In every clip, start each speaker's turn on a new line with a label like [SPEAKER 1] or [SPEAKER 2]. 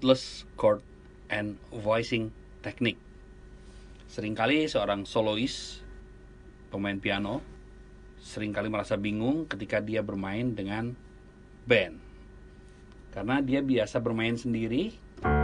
[SPEAKER 1] rootless chord and voicing technique. Seringkali seorang solois, pemain piano, seringkali merasa bingung ketika dia bermain dengan band. Karena dia biasa bermain sendiri,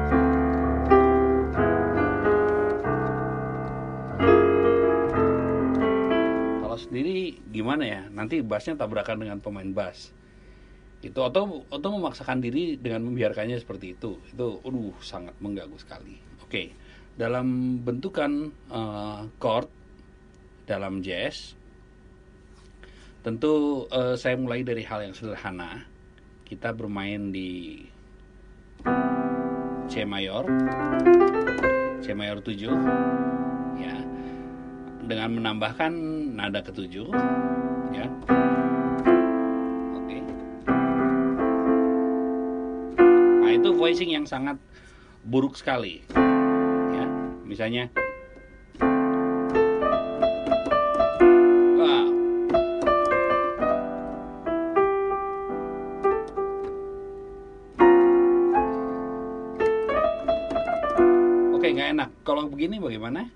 [SPEAKER 1] kalau sendiri gimana ya? Nanti bassnya tabrakan dengan pemain bass. Itu atau memaksakan diri dengan membiarkannya seperti itu sangat mengganggu sekali. Oke, dalam bentukan chord dalam jazz, tentu saya mulai dari hal yang sederhana. Kita bermain di C mayor 7 ya, dengan menambahkan nada ketujuh ya. Oke. Nah, itu voicing yang sangat buruk sekali ya. Misalnya nggak enak. Kalau begini bagaimana?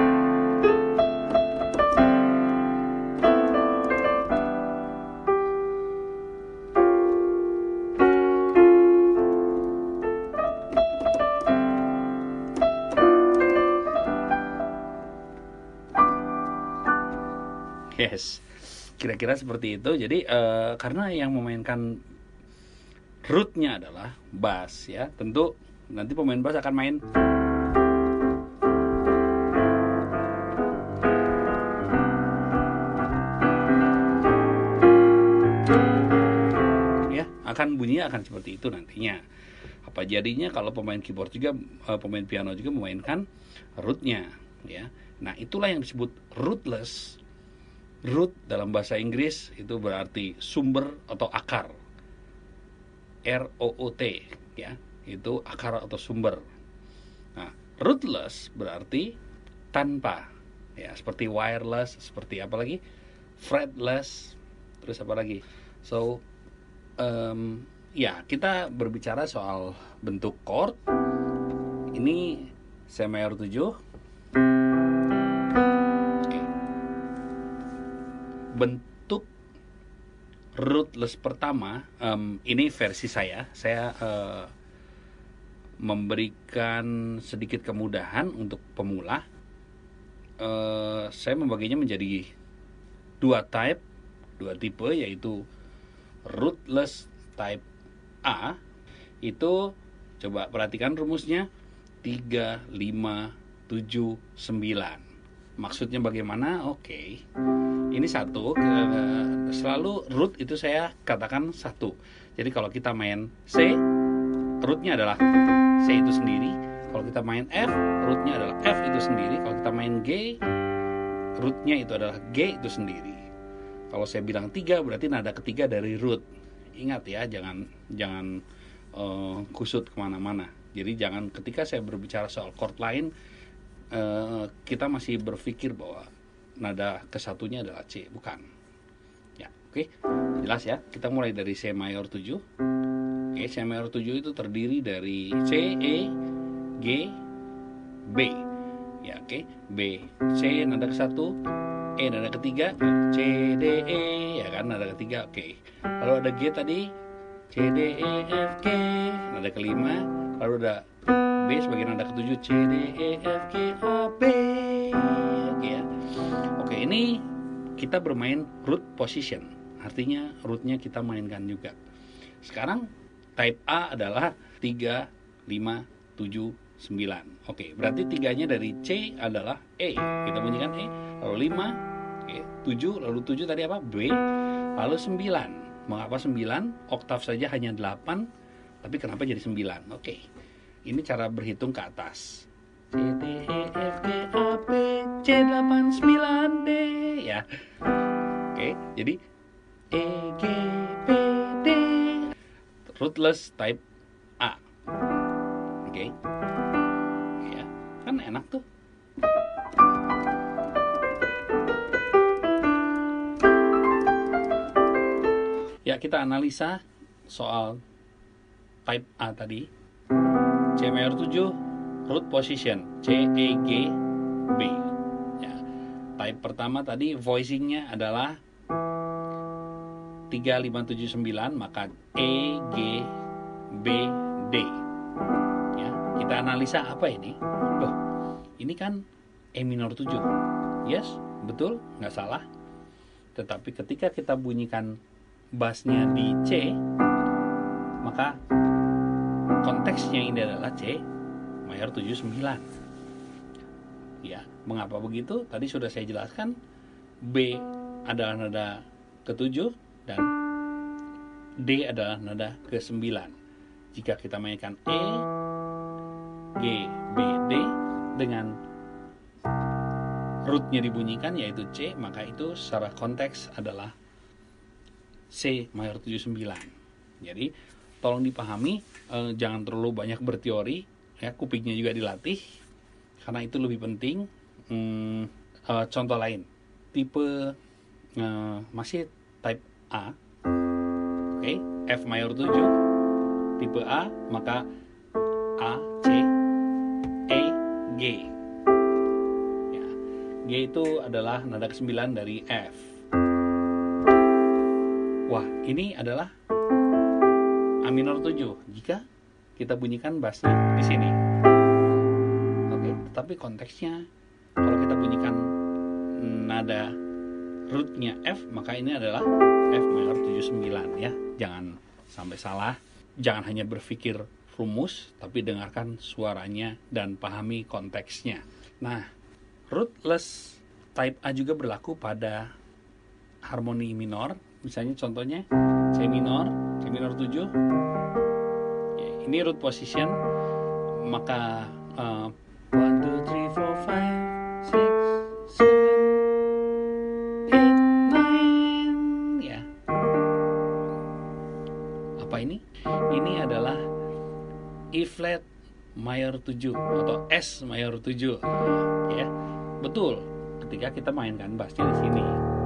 [SPEAKER 1] Yes, kira-kira seperti itu. Jadi karena yang memainkan rootnya adalah bass ya, tentu nanti pemain bass akan main akan bunyinya akan seperti itu nantinya. Apa jadinya kalau pemain keyboard juga, pemain piano juga memainkan rootnya ya. Nah, itulah yang disebut rootless. Root dalam bahasa Inggris itu berarti sumber atau akar. R-O-O-T ya, itu akar atau sumber. Nah, rootless berarti tanpa ya, seperti wireless, seperti apa lagi? Fretless, terus apa lagi? So ya, kita berbicara soal bentuk chord. Ini C mayor 7. Okay. Bentuk rootless pertama, ini versi saya. Saya memberikan sedikit kemudahan untuk pemula. Saya membaginya menjadi dua tipe, yaitu rootless type A. Itu coba perhatikan rumusnya 3, 5, 7, 9. Maksudnya bagaimana? Oke. Ini satu, selalu root itu saya katakan satu. Jadi kalau kita main C, rootnya adalah C itu sendiri. Kalau kita main F, rootnya adalah F itu sendiri. Kalau kita main G, rootnya itu adalah G itu sendiri. Kalau saya bilang 3 berarti nada ketiga dari root. Ingat ya, jangan kusut kemana-mana. Jadi jangan ketika saya berbicara soal chord lain, kita masih berpikir bahwa nada kesatunya adalah C, bukan. Ya, oke. Jelas ya. Kita mulai dari C mayor 7. Oke, C mayor 7 itu terdiri dari C, E, G, B. Ya, oke. B, C nada ke-1, E nada ketiga, C, D, E, ya kan, nada ketiga, oke. Lalu ada G tadi, C, D, E, F, G, nada kelima. Lalu ada B sebagai nada ketujuh, C, D, E, F, G, A, B. Oke ya. Oke, ini kita bermain root position, artinya rootnya kita mainkan juga. Sekarang type A adalah 3, 5, 7, 9. Oke, berarti tiganya dari C adalah E. Kita bunyikan E. Lalu 5, oke, 7, lalu 7 tadi apa? B. Lalu 9. Mengapa 9? Oktav saja hanya 8, tapi kenapa jadi 9? Oke. Ini cara berhitung ke atas. C, D, E, F, G, A, B, C, 8, 9, D. Ya. Oke, jadi E, G, B, D. Rootless type A. Oke. Ya, kan enak tuh. Ya, kita analisa soal type A tadi. C C mayor 7 root position C E G B. Ya. Type pertama tadi voicingnya adalah 3579, maka E G B D. Ya, kita analisa apa ini? Loh, ini kan E minor 7. Yes, betul, nggak salah. Tetapi ketika kita bunyikan bassnya di C, maka konteksnya ini adalah C mayor 79. Ya, mengapa begitu? Tadi sudah saya jelaskan. B adalah nada ke-7 dan D adalah nada ke-9. Jika kita mainkan E, G, B, D dengan rootnya dibunyikan yaitu C, maka itu secara konteks adalah C mayor 79. Jadi tolong dipahami, jangan terlalu banyak berteori, ya, kupingnya juga dilatih karena itu lebih penting. Contoh lain, tipe masih type A, oke, F mayor 7, tipe A, maka A, C, E, G. Ya, G itu adalah nada ke-9 dari F. Wah, ini adalah A minor 7 jika kita bunyikan bassnya di sini. Oke, tetapi konteksnya kalau kita bunyikan nada rootnya F, maka ini adalah F mayor 79 ya. Jangan sampai salah. Jangan hanya berpikir rumus, tapi dengarkan suaranya dan pahami konteksnya. Nah, rootless type A juga berlaku pada harmoni minor. Misalnya contohnya C minor 7. Ya, ini root position, maka 1, 2, 3, 4, 5, 6, 7, 8, 9. Ya. Apa ini? Ini adalah E flat mayor 7 atau S mayor 7. Ya. Betul ketika kita mainkan bassnya di sini.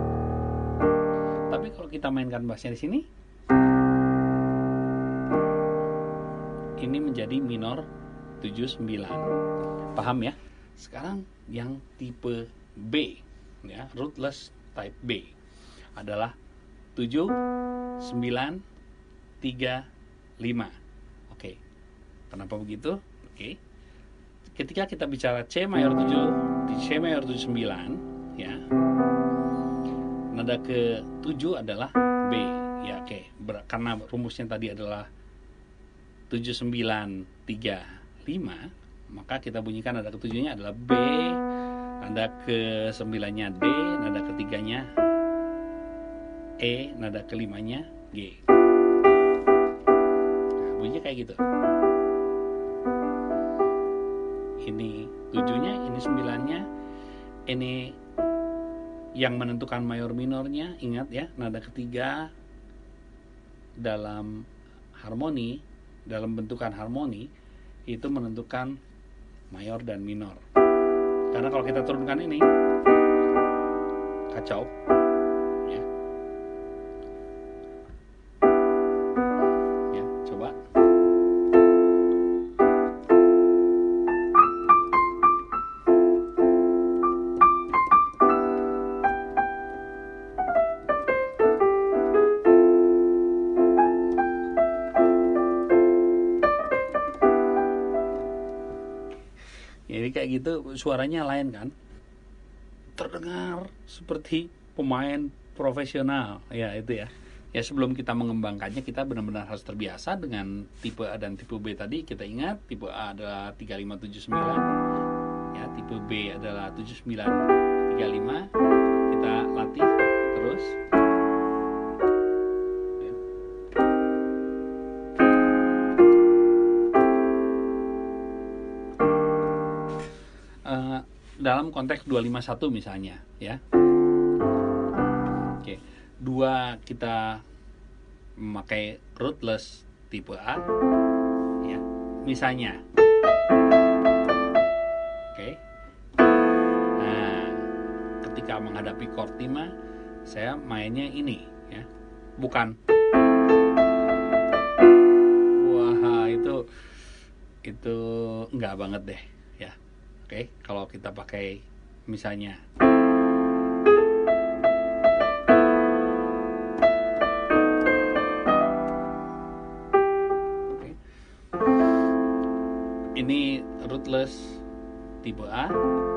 [SPEAKER 1] Tapi kalau kita mainkan bassnya di sini, ini menjadi minor 79. Paham ya? Sekarang yang tipe B, ya, rootless type B adalah 7, 9, 3, 5. Oke. Kenapa begitu? Oke. Ketika kita bicara C mayor 7, di C mayor 79, ya. Nada ke-7 adalah B. Ya, oke. Karena rumusnya tadi adalah 7, 9, 3, 5, maka kita bunyikan nada ke-7-nya adalah B, nada ke-9-nya D, nada ke-3-nya E, nada ke-5-nya G. Nah, bunyinya kayak gitu. Ini 7-nya, ini 9-nya, ini yang menentukan mayor minornya. Ingat ya, nada ketiga dalam harmoni, dalam bentukan harmoni itu menentukan mayor dan minor. Karena kalau kita turunkan ini kacau ya. Ya, coba. Jadi kayak gitu suaranya lain kan, terdengar seperti pemain profesional ya. Itu ya. Ya, sebelum kita mengembangkannya kita benar-benar harus terbiasa dengan tipe A dan tipe B tadi. Kita ingat tipe A adalah 3579 ya, tipe B adalah 7935. Kita latih terus. Dalam konteks 251 misalnya ya. Oke. 2 kita memakai rootless tipe A ya. Misalnya. Oke. Nah, ketika menghadapi chord 5 saya mainnya ini ya. Bukan. Wah, itu enggak banget deh ya. Oke, kalau kita pakai misalnya ini rootless tipe A.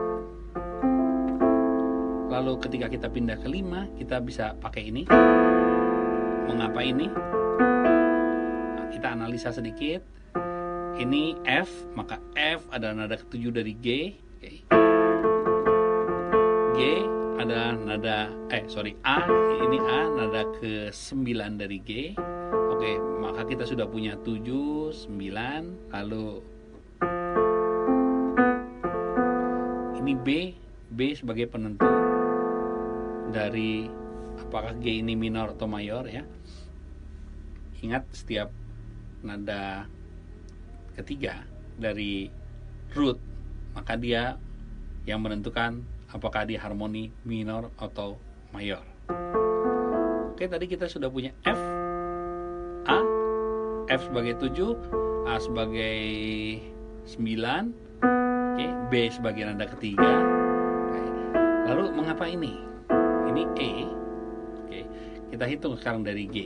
[SPEAKER 1] Lalu ketika kita pindah ke 5, kita bisa pakai ini. Mengapa ini? Nah, kita analisa sedikit. Ini F, maka F adalah nada ke-7 dari G. Okay. G adalah nada A, ini A nada ke-9 dari G. Oke, maka kita sudah punya 7, 9, lalu ini B sebagai penentu dari apakah G ini minor atau mayor ya. Ingat, setiap nada ketiga dari root, maka dia yang menentukan apakah dia harmoni minor atau mayor. Oke, tadi kita sudah punya F, A, F sebagai 7, A sebagai 9, oke, B sebagai nada ketiga. Oke. Lalu mengapa ini? Ini E. Oke, kita hitung sekarang dari G.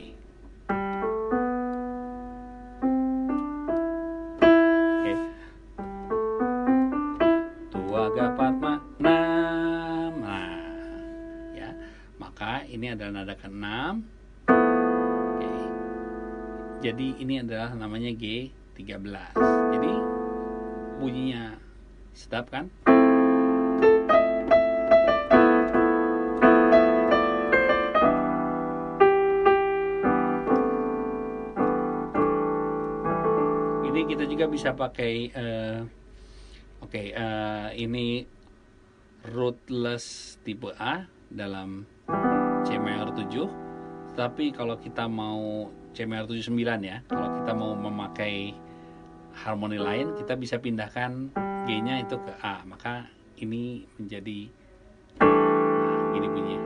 [SPEAKER 1] Ini adalah nada ke-6. Oke. Jadi ini adalah namanya G13. Jadi bunyinya sedap kan? Ini kita juga bisa pakai ini rootless tipe A dalam C mayor 7. Tapi kalau kita mau C mayor 79 ya, kalau kita mau memakai harmoni lain, kita bisa pindahkan G-nya itu ke A. Maka ini menjadi gini bunyinya.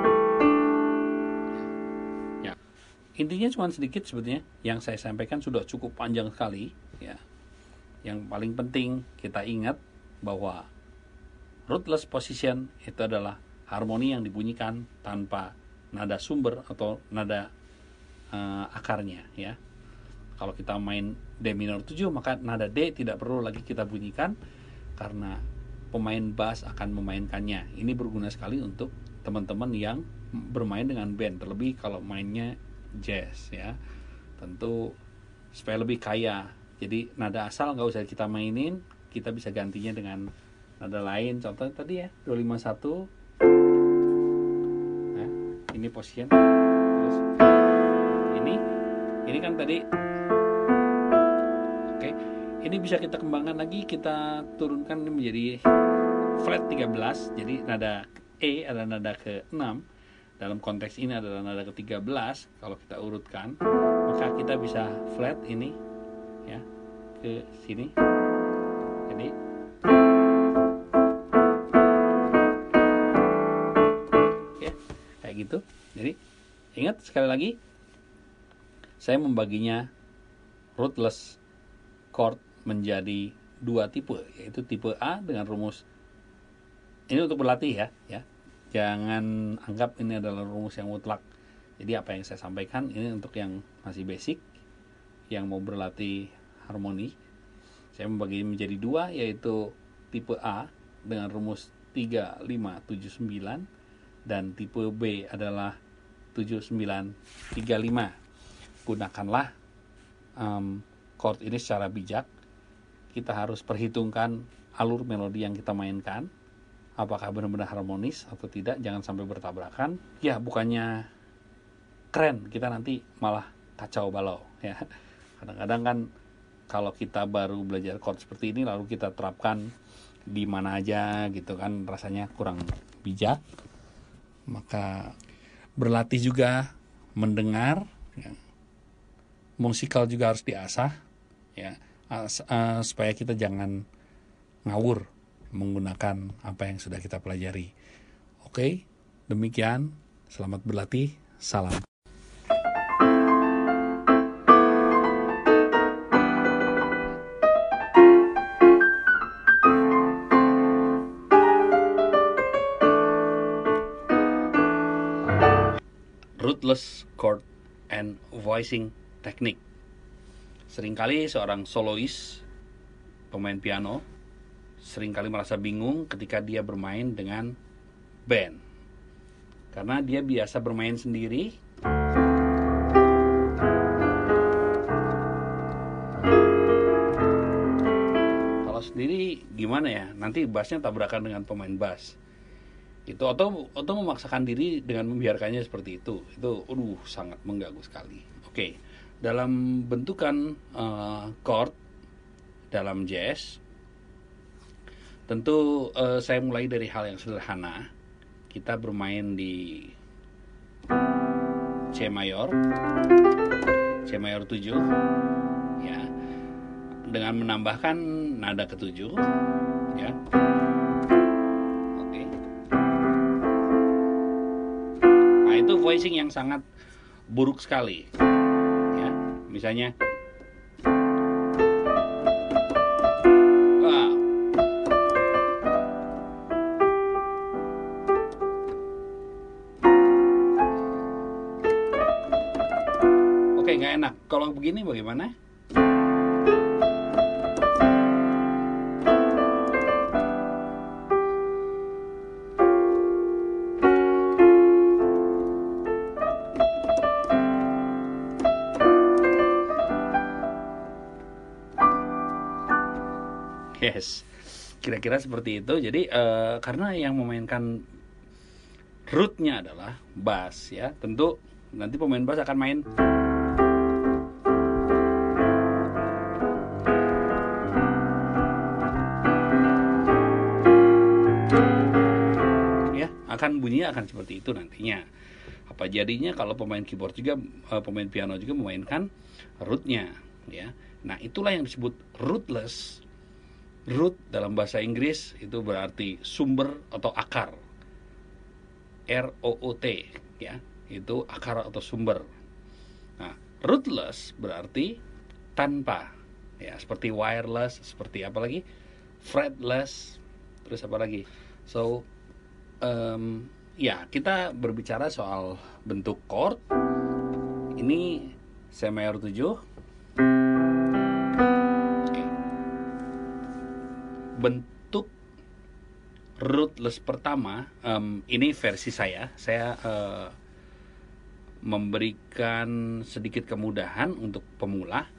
[SPEAKER 1] Ya. Intinya cuma sedikit sebetulnya. Yang saya sampaikan sudah cukup panjang sekali ya. Yang paling penting kita ingat bahwa rootless position itu adalah harmoni yang dibunyikan tanpa nada sumber atau nada akarnya ya. Kalau kita main D minor 7, maka nada D tidak perlu lagi kita bunyikan karena pemain bass akan memainkannya. Ini berguna sekali untuk teman-teman yang bermain dengan band, terlebih kalau mainnya jazz ya. Tentu supaya lebih kaya. Jadi nada asal nggak usah kita mainin, kita bisa gantinya dengan nada lain. Contohnya tadi ya 251. Ini position, terus ini kan tadi. Oke, ini bisa kita kembangkan lagi, kita turunkan menjadi flat 13. Jadi nada E adalah nada ke-6, dalam konteks ini adalah nada ke-13. Kalau kita urutkan, maka kita bisa flat ini ya ke sini. Jadi gitu. Jadi ingat sekali lagi, saya membaginya rootless chord menjadi 2 tipe, yaitu tipe A dengan rumus ini untuk berlatih ya. Jangan anggap ini adalah rumus yang mutlak. Jadi apa yang saya sampaikan ini untuk yang masih basic, yang mau berlatih harmoni. Saya membagi menjadi 2, yaitu tipe A dengan rumus 3, 5, 7, 9. Dan tipe B adalah 7935. Gunakanlah chord ini secara bijak. Kita harus perhitungkan alur melodi yang kita mainkan, apakah benar-benar harmonis atau tidak. Jangan sampai bertabrakan. Ya, bukannya keren, kita nanti malah kacau balau ya. Kadang-kadang kan kalau kita baru belajar chord seperti ini lalu kita terapkan di mana aja gitu kan, rasanya kurang bijak. Maka berlatih juga mendengar ya. Musikal juga harus diasah ya, supaya kita jangan ngawur menggunakan apa yang sudah kita pelajari. Oke, demikian, selamat berlatih, salam. rootless chord and voicing technique. Seringkali seorang solois, pemain piano, seringkali merasa bingung ketika dia bermain dengan band. Karena dia biasa bermain sendiri, kalau sendiri gimana ya? Nanti bassnya tabrakan dengan pemain bass. Itu atau memaksakan diri dengan membiarkannya seperti itu sangat mengganggu sekali. Oke, dalam bentukan chord dalam jazz, tentu saya mulai dari hal yang sederhana. Kita bermain di C mayor 7 ya, dengan menambahkan nada ketujuh ya. Itu voicing yang sangat buruk sekali ya. Misalnya oke, nggak enak. Kalau begini bagaimana? Yes, kira-kira seperti itu. Jadi karena yang memainkan rootnya adalah bass ya, tentu nanti pemain bass akan main ya, akan bunyinya akan seperti itu nantinya. Apa jadinya kalau pemain keyboard juga, pemain piano juga memainkan rootnya ya. Nah, itulah yang disebut rootless. Root dalam bahasa Inggris itu berarti sumber atau akar. ROOT ya, itu akar atau sumber. Nah, rootless berarti tanpa ya, seperti wireless, seperti apa lagi? Fretless, terus apa lagi? So ya, kita berbicara soal bentuk chord. Ini C mayor 7. Bentuk rootless pertama, ini versi saya memberikan sedikit kemudahan untuk pemula.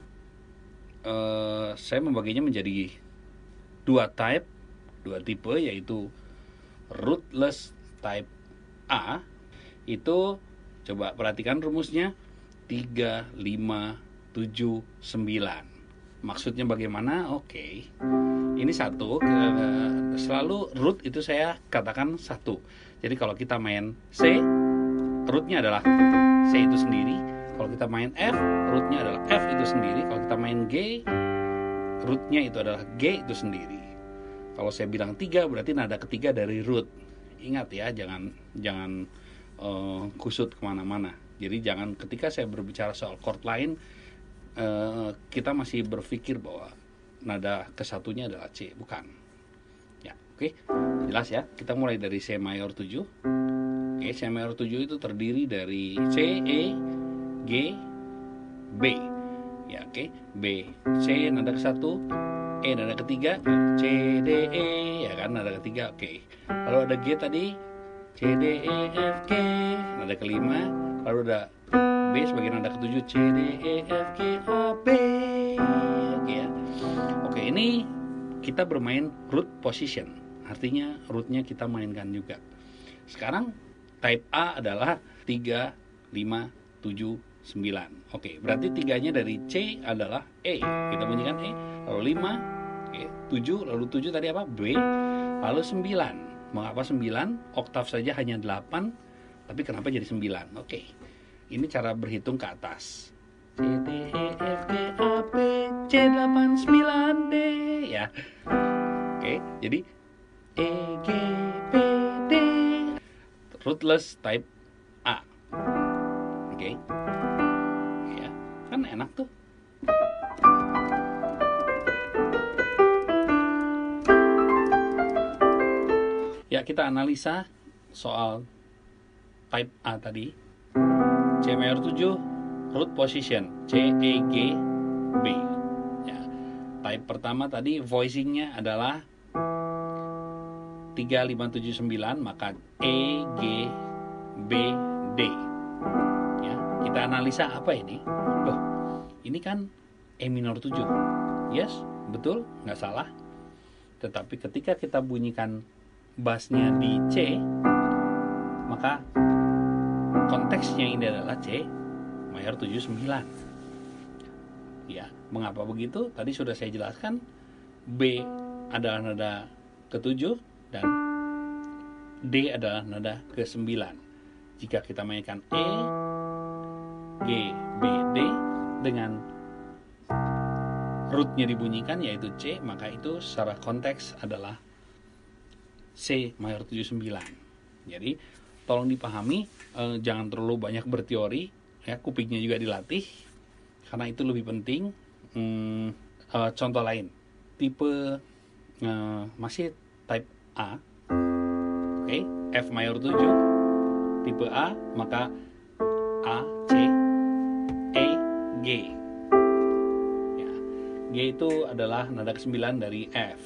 [SPEAKER 1] Saya membaginya menjadi dua tipe, yaitu rootless type A. Itu coba perhatikan rumusnya 3, 5, 7, 9. Maksudnya bagaimana? Oke. Ini satu, selalu root itu saya katakan satu. Jadi kalau kita main C, rootnya adalah C itu sendiri. Kalau kita main F, rootnya adalah F itu sendiri. Kalau kita main G, rootnya itu adalah G itu sendiri. Kalau saya bilang 3, berarti nada ketiga dari root. Ingat ya, jangan kusut kemana-mana. Jadi jangan, ketika saya berbicara soal chord lain, kita masih berpikir bahwa nada kesatunya adalah C, bukan. Ya, oke. Jelas ya? Kita mulai dari C mayor 7. Oke, C mayor 7 itu terdiri dari C, E, G, B. Ya, oke. B, C nada ke-1, E nada ketiga, C, D, E, ya kan, nada ketiga. Oke. Lalu ada G tadi, C, D, E, F, G, nada kelima. Lalu ada B sebagai nada ketujuh, C, D, E, F, G, A, B. Oke ya. Oke, ini kita bermain root position. Artinya rootnya kita mainkan juga. Sekarang type A adalah 3, 5, 7, 9. Oke, berarti tiganya dari C adalah E. Kita bunyikan E. Lalu 5, oke, 7, lalu 7 tadi apa? B. Lalu 9. Mengapa 9? Oktav saja hanya 8, tapi kenapa jadi 9? Oke. Ini cara berhitung ke atas. C, D, E, F, G, A, B, C, 8, 9, D. Ya. Oke, jadi E, G, B, D. Rootless type A. Oke. Ya, kan enak tuh. Ya, kita analisa soal type A tadi. C mayor 7 root position C E G B. Ya. Type pertama tadi voicingnya adalah 3579, maka E G B D. Ya, kita analisa apa ini? Loh, ini kan E minor 7. Yes, betul, nggak salah. Tetapi ketika kita bunyikan bassnya di C, maka konteksnya ini adalah C mayor 79. Ya, mengapa begitu? Tadi sudah saya jelaskan. B adalah nada ke-7 dan D adalah nada ke-9. Jika kita mainkan E, G, B, D dengan rootnya dibunyikan yaitu C, maka itu secara konteks adalah C mayor 79. Jadi tolong dipahami, jangan terlalu banyak berteori, ya, kupingnya juga dilatih karena itu lebih penting. Contoh lain, tipe masih type A, oke, F mayor 7, tipe A, maka A, C, E, G. G itu adalah nada ke-9 dari F.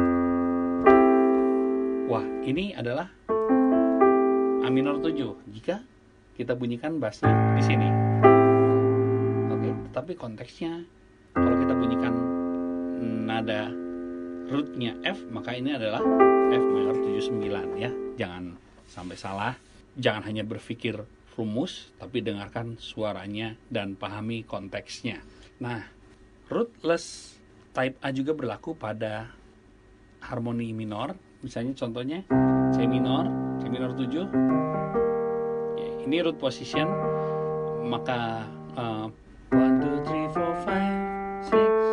[SPEAKER 1] Wah, ini adalah A minor 7 jika kita bunyikan bassnya di sini. Oke, tetapi konteksnya kalau kita bunyikan nada rootnya F, maka ini adalah F mayor 79 ya. Jangan sampai salah, jangan hanya berpikir rumus, tapi dengarkan suaranya dan pahami konteksnya. Nah, rootless type A juga berlaku pada harmoni minor. Misalnya contohnya C minor 7. Ya, ini root position, maka 1, 2, 3, 4,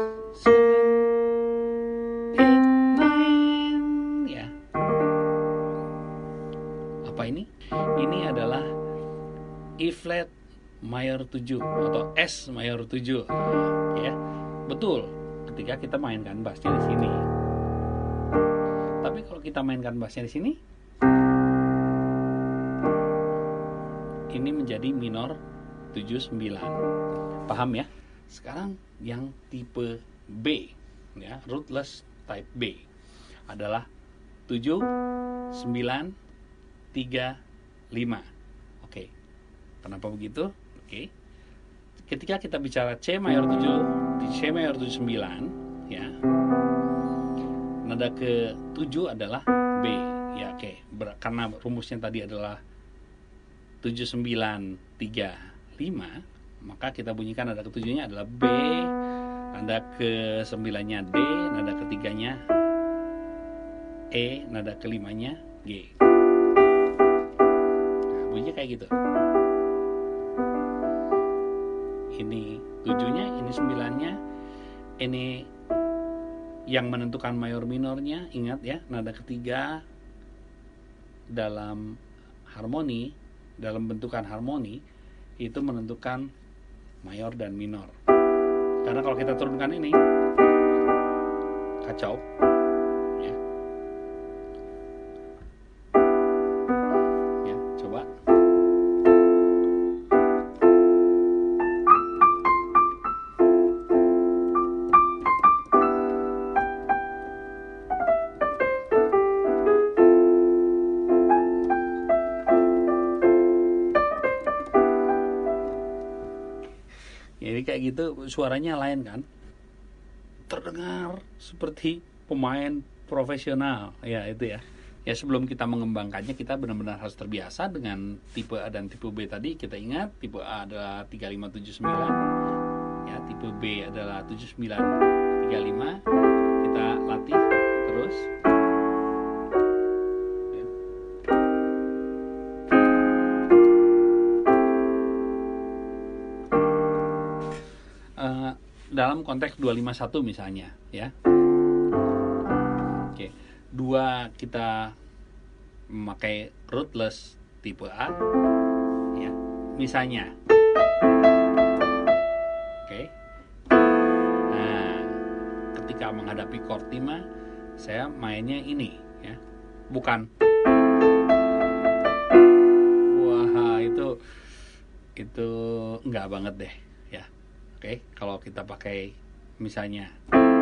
[SPEAKER 1] 5, 6, 7, 8, 9. Ya. Apa ini? Ini adalah E flat mayor 7 atau S mayor 7. Ya. Betul, ketika kita mainkan bassnya di sini. Tapi kalau kita mainkan bassnya di sini, ini menjadi minor 79. Paham ya? Sekarang yang tipe B, ya, rootless type B adalah 7, 9, 3, 5. Oke. Kenapa begitu? Oke. Ketika kita bicara C mayor 7, di C mayor 79, ya, nada ke-7 adalah B, ya, oke. Karena rumusnya tadi adalah 7, 9, 3, 5, maka kita bunyikan nada ke-7-nya adalah B, nada ke-9-nya D, nada ke-3-nya E, nada ke-5-nya G. Nah, bunyinya kayak gitu. Ini 7-nya, ini 9-nya, ini yang menentukan mayor minornya. Ingat ya, nada ketiga dalam harmoni, dalam bentukan harmoni itu menentukan mayor dan minor. Karena kalau kita turunkan ini kacau ya. Ya, coba. Jadi kayak gitu suaranya lain kan, terdengar seperti pemain profesional ya itu ya. Ya sebelum kita mengembangkannya kita benar-benar harus terbiasa dengan tipe A dan tipe B tadi. Kita ingat tipe A adalah 3579, ya tipe B adalah 7935. Kita latih terus. Dalam konteks 251 misalnya ya. Oke. 2 kita memakai rootless tipe A ya. Misalnya. Oke. Nah, ketika menghadapi chord 5 saya mainnya ini ya. Bukan. Wah, itu enggak banget deh ya. Oke, kalau kita pakai misalnya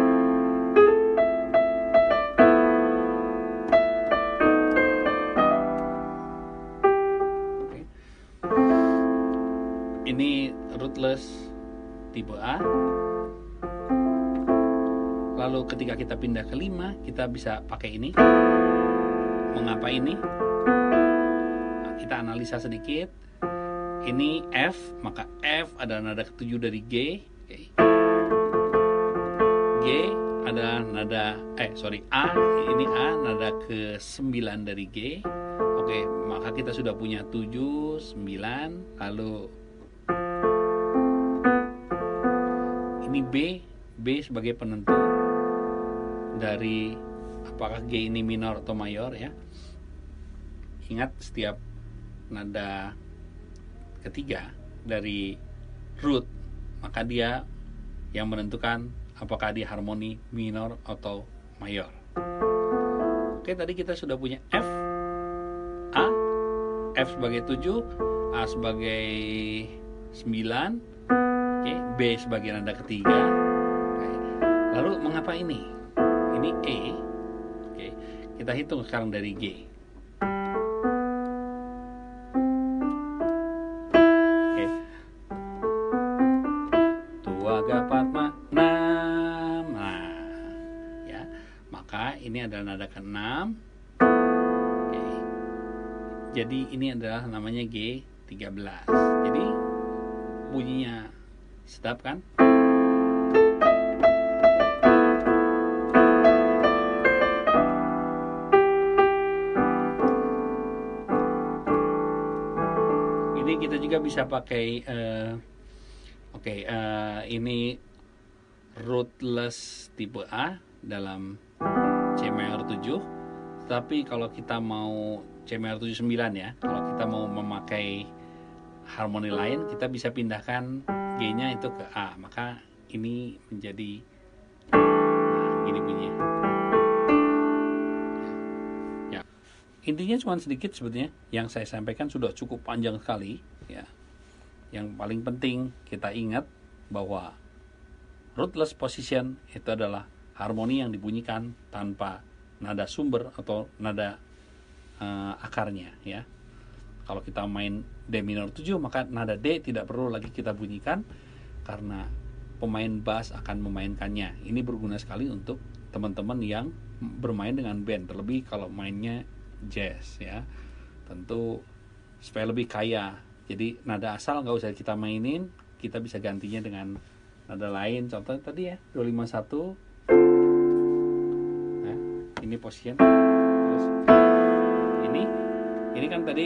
[SPEAKER 1] ini rootless tipe A. Lalu ketika kita pindah ke 5, kita bisa pakai ini. Mengapa ini? Nah, kita analisa sedikit. Ini F, maka F adalah nada ke-7 dari G. G adalah nada A, ini A nada ke-9 dari G. Oke, maka kita sudah punya 7, 9, lalu ini B sebagai penentu dari apakah G ini minor atau mayor ya. Ingat, setiap nada ketiga dari root, maka dia yang menentukan apakah dia harmoni minor atau mayor. Oke, tadi kita sudah punya F, A, F sebagai 7, A sebagai 9, oke, B sebagai nada ketiga. Oke. Lalu mengapa ini? Ini E. Oke, kita hitung sekarang dari G. Oke. 2, 4, 5, 6. Nah, ya. Maka ini adalah nada ke-6. Oke. Jadi ini adalah namanya G13. Jadi bunyinya sedap kan? Ini kita juga bisa pakai ini rootless tipe A dalam C mayor 7. Tapi kalau kita mau C mayor 7 9 ya, kalau kita mau memakai harmoni lain, kita bisa pindahkan G-nya itu ke A, maka ini menjadi gini bunyinya. Ya. Intinya cuma sedikit sebetulnya, yang saya sampaikan sudah cukup panjang sekali ya. Yang paling penting kita ingat bahwa rootless position itu adalah harmoni yang dibunyikan tanpa nada sumber atau nada akarnya ya. Kalau kita main D minor 7, maka nada D tidak perlu lagi kita bunyikan karena pemain bass akan memainkannya. Ini berguna sekali untuk teman-teman yang bermain dengan band, terlebih kalau mainnya jazz ya. Tentu supaya lebih kaya. Jadi nada asal nggak usah kita mainin, kita bisa gantinya dengan nada lain. Contohnya tadi ya, 251. Nah, ini position. Terus ini kan tadi.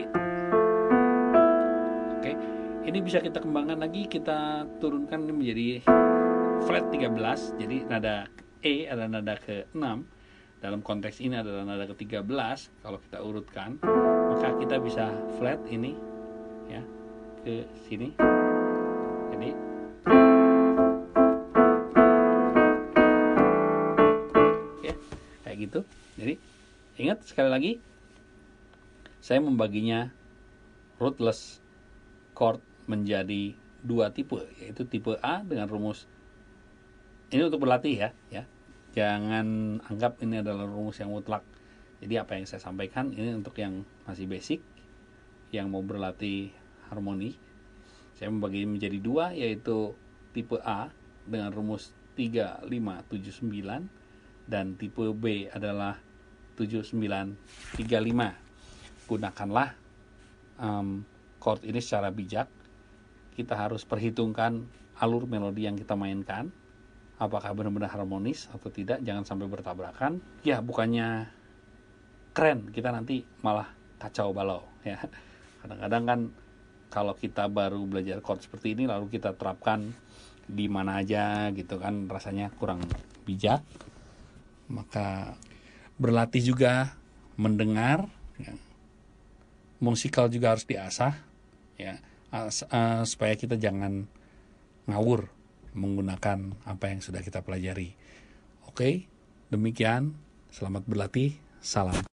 [SPEAKER 1] Oke, ini bisa kita kembangkan lagi, kita turunkan menjadi flat 13. Jadi nada E adalah nada ke-6. Dalam konteks ini adalah nada ke-13. Kalau kita urutkan, maka kita bisa flat ini ya ke sini. Jadi ya, kayak gitu. Jadi ingat sekali lagi, saya membaginya rootless chord menjadi 2 tipe, yaitu tipe A dengan rumus ini untuk berlatih ya. Jangan anggap ini adalah rumus yang mutlak. Jadi apa yang saya sampaikan ini untuk yang masih basic, yang mau berlatih harmoni. Saya membagi menjadi 2, yaitu tipe A dengan rumus 3, 5, 7, 9, dan tipe B adalah 7, 9, 3, 5. Gunakanlah chord ini secara bijak. Kita harus perhitungkan alur melodi yang kita mainkan, apakah benar-benar harmonis atau tidak. Jangan sampai bertabrakan ya. Bukannya keren, kita nanti malah kacau balau ya. Kadang-kadang kan kalau kita baru belajar chord seperti ini lalu kita terapkan di mana aja gitu kan, rasanya kurang bijak. Maka berlatih juga mendengar ya. Musikal juga harus diasah ya, supaya kita jangan ngawur menggunakan apa yang sudah kita pelajari. Oke, demikian. Selamat berlatih. Salam.